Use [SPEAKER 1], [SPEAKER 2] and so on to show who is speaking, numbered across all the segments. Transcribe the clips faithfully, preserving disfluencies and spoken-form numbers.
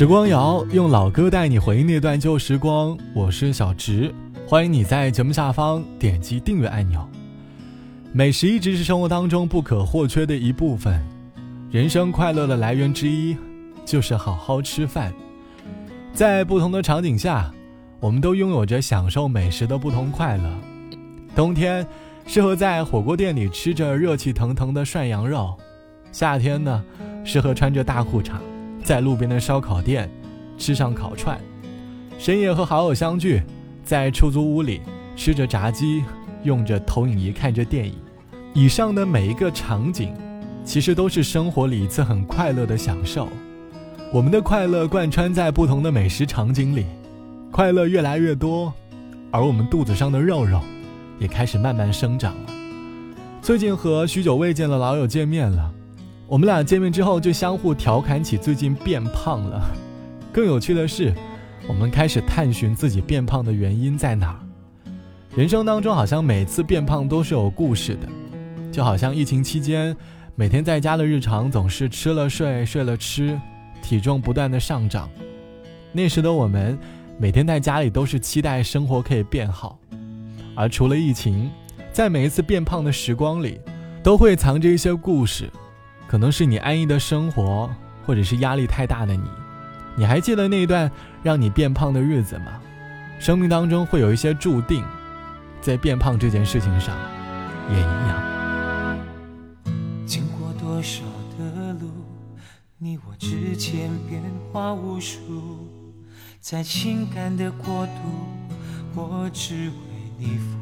[SPEAKER 1] 时光谣用老歌带你回忆那段旧时光，我是小直，欢迎你在节目下方点击订阅按钮。美食一直是生活当中不可或缺的一部分，人生快乐的来源之一就是好好吃饭。在不同的场景下，我们都拥有着享受美食的不同快乐。冬天适合在火锅店里吃着热气腾腾的涮羊肉，夏天呢，适合穿着大裤衩在路边的烧烤店吃上烤串，深夜和好友相聚，在出租屋里吃着炸鸡，用着投影仪看着电影。以上的每一个场景其实都是生活里一次很快乐的享受。我们的快乐贯穿在不同的美食场景里，快乐越来越多，而我们肚子上的肉肉也开始慢慢生长了。最近和许久未见的老友见面了，我们俩见面之后就相互调侃起最近变胖了。更有趣的是，我们开始探寻自己变胖的原因在哪儿。人生当中好像每次变胖都是有故事的，就好像疫情期间每天在家的日常总是吃了睡，睡了吃，体重不断的上涨。那时的我们每天在家里都是期待生活可以变好，而除了疫情，在每一次变胖的时光里都会藏着一些故事，可能是你安逸的生活，或者是压力太大的你。你还记得那段让你变胖的日子吗？生命当中会有一些注定，在变胖这件事情上也一样。
[SPEAKER 2] 经过多少的路，你我之间变化无数，在情感的国度，我只为你服。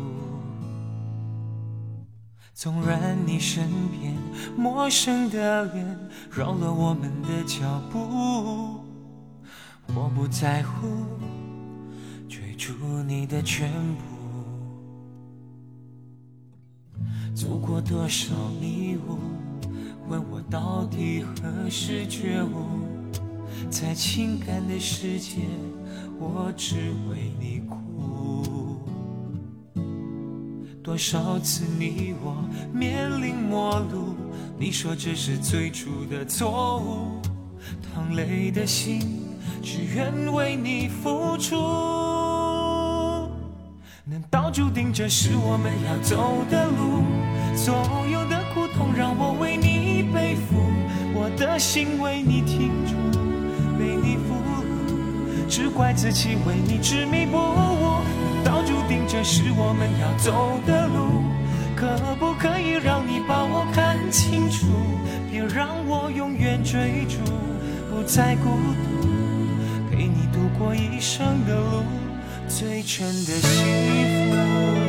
[SPEAKER 2] 纵然你身边陌生的脸扰了我们的脚步，我不在乎追逐你的全部。走过多少迷雾，问我到底何时觉悟，在情感的世界，我只为你哭。多少次你我面临陌路，你说这是最初的错误，淌泪的心只愿为你付出。难道注定这是我们要走的路？所有的苦痛让我为你背负，我的心为你停住，被你俘虏，只怪自己为你执迷不悟。难道注定这是我们要走的路？可不可以让你把我看清楚，别让我永远追逐，不再孤独，陪你度过一生的路，最真的幸福。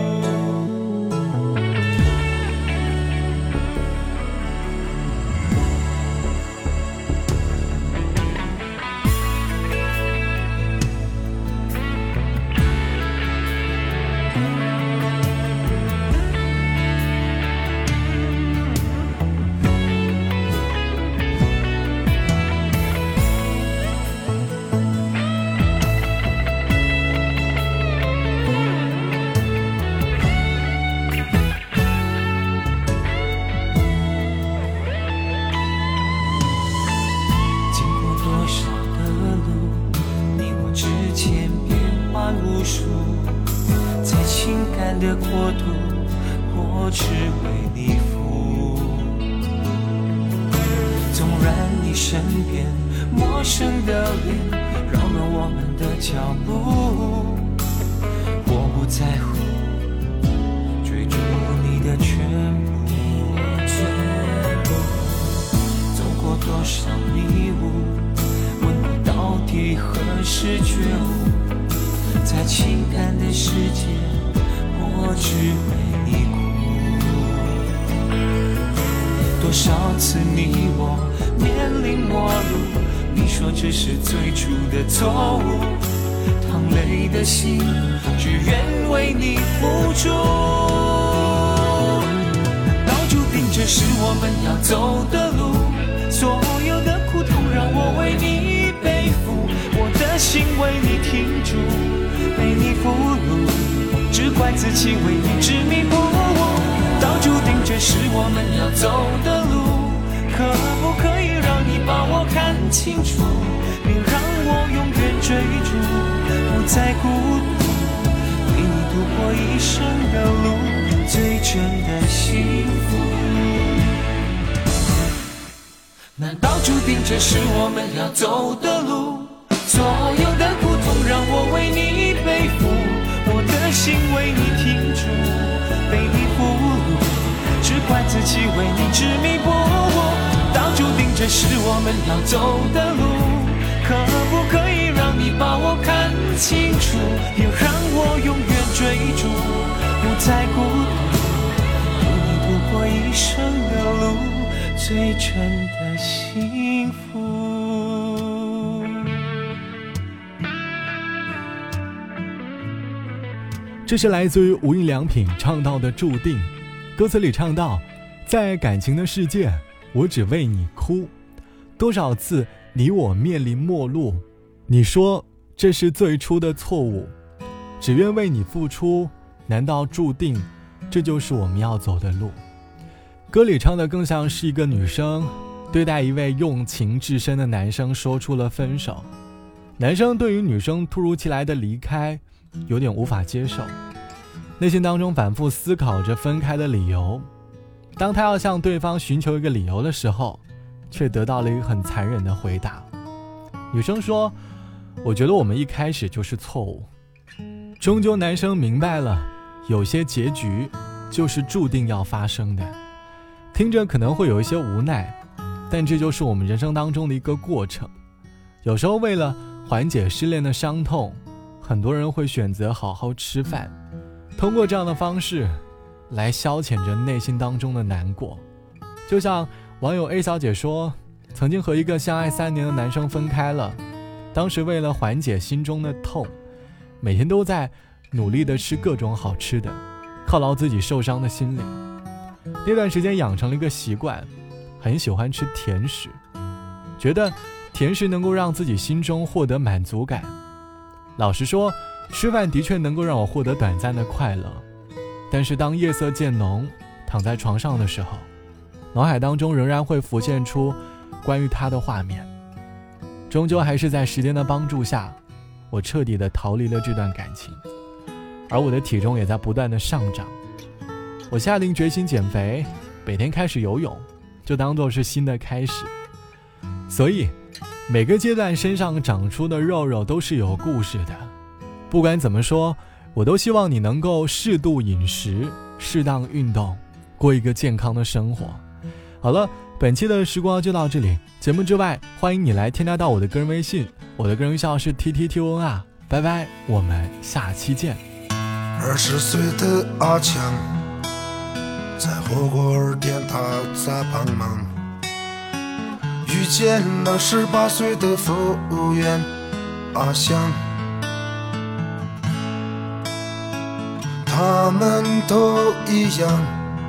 [SPEAKER 2] 无数，在情感的国度，我只为你服。纵然你身边陌生的脸扰乱我们的脚步，我不在乎追逐你的全部。走过多少迷雾，问我到底何时觉悟，在情感的世界，我只为你哭。多少次你我面临陌路，你说这是最初的错误，淌泪的心只愿为你付出。难道注定这是我们要走的路？所有的苦痛让我为你背负，我的心为你停住，被你俘虏，只怪自己为你执迷不悟。早注定这是我们要走的路，可不可以让你把我看清楚，别追逐，不再孤独，陪你度过一生的路，最真的幸福。难道注定这是我们要走的路？所有的苦痛让我为你背负，我的心为你停住，被你俘虏，只怪自己为你执迷不悟。早注定这是我们要走的路，可不可以让你把我看清楚，也让我永远追逐，不再孤独，陪你度过一生的路，最真的幸福。
[SPEAKER 1] 这是来自于无印良品唱到的注定，歌词里唱到，在感情的世界，我只为你哭，多少次你我面临陌路，你说这是最初的错误，只愿为你付出，难道注定这就是我们要走的路？歌里唱的更像是一个女生对待一位用情至深的男生说出了分手，男生对于女生突如其来的离开有点无法接受，内心当中反复思考着分开的理由。当他要向对方寻求一个理由的时候，却得到了一个很残忍的回答。女生说，我觉得我们一开始就是错误。终究男生明白了，有些结局就是注定要发生的。听着可能会有一些无奈，但这就是我们人生当中的一个过程。有时候为了缓解失恋的伤痛，很多人会选择好好吃饭，通过这样的方式来消遣着内心当中的难过。就像网友 A 小姐说，曾经和一个相爱三年的男生分开了，当时为了缓解心中的痛，每天都在努力的吃各种好吃的，犒劳自己受伤的心灵。那段时间养成了一个习惯，很喜欢吃甜食，觉得甜食能够让自己心中获得满足感。老实说，吃饭的确能够让我获得短暂的快乐，但是当夜色渐浓，躺在床上的时候，脑海当中仍然会浮现出关于他的画面。终究还是在时间的帮助下，我彻底的逃离了这段感情，而我的体重也在不断的上涨。我下定决心减肥，每天开始游泳，就当作是新的开始。所以每个阶段身上长出的肉肉都是有故事的。不管怎么说，我都希望你能够适度饮食，适当运动，过一个健康的生活。好了，本期的时光就到这里。节目之外，欢迎你来添加到我的个人微信，我的个人号是 T T T O N R。拜拜，我们下期见。
[SPEAKER 3] 二十岁的阿强在火锅店打杂帮忙，遇见了十八岁的服务员阿香，他们都一样，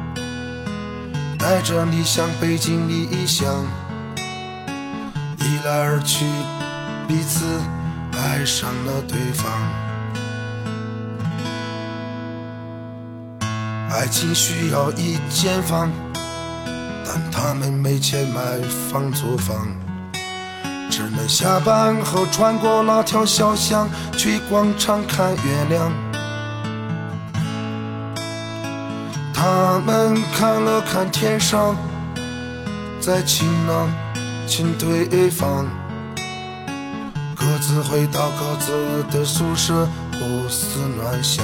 [SPEAKER 3] 带着理想背井离乡，一来二去彼此爱上了对方。爱情需要一间房，但他们没钱买房租房，只能下班后穿过那条小巷，去广场看月亮。他们看了看天上，在晴朗亲对方，各自回到各自的宿舍，胡思乱想。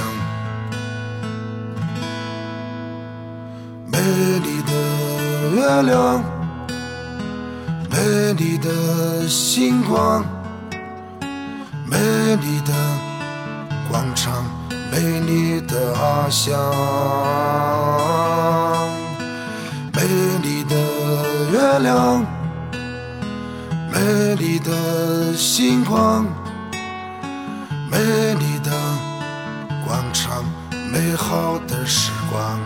[SPEAKER 3] 美丽的月亮，美丽的星光，美丽的广场，美丽的阿香，美丽的月亮，美丽的星光，美丽的广场，美好的时光。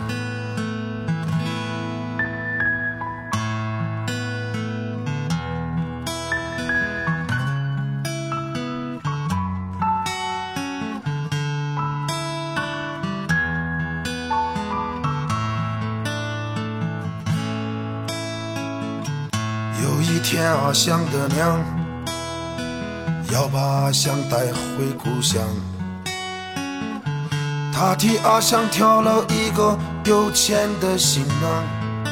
[SPEAKER 3] 有一天阿香的娘要把阿香带回故乡。他替阿香挑了一个有钱的新郎，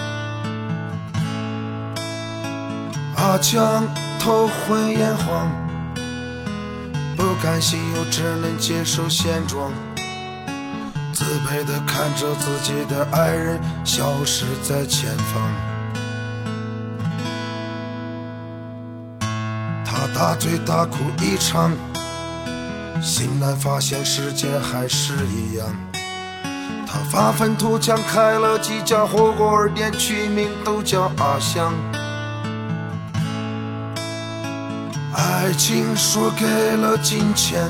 [SPEAKER 3] 阿强头昏眼花，不甘心又只能接受现状，自卑地看着自己的爱人消失在前方。他大醉大哭一场，醒来发现世界还是一样。他发愤图强开了几家火锅店，取名都叫阿香。爱情输给了金钱，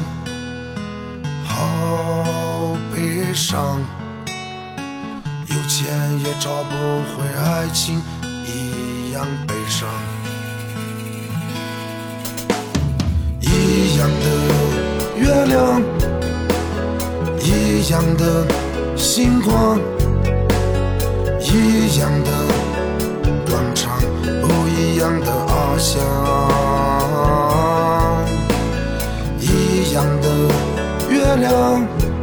[SPEAKER 3] 好悲伤，有钱也找不回爱情，一样悲伤。一样的月亮，一样的星光，一样的广场，不一样的阿香。一样的月亮，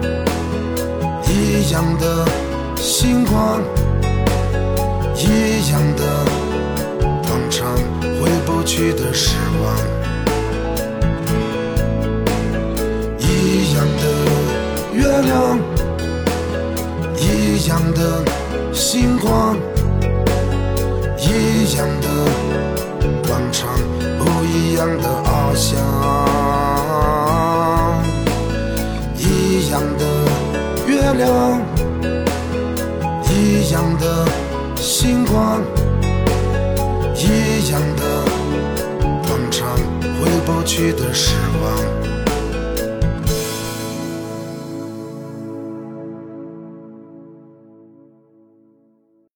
[SPEAKER 3] 一样的星光，一样的广场，回不去的时光。一样的月亮，一样的星光，一样的广场，不一样的阿香。一样的月亮，一样的星光，一样的广场，回不去的时光。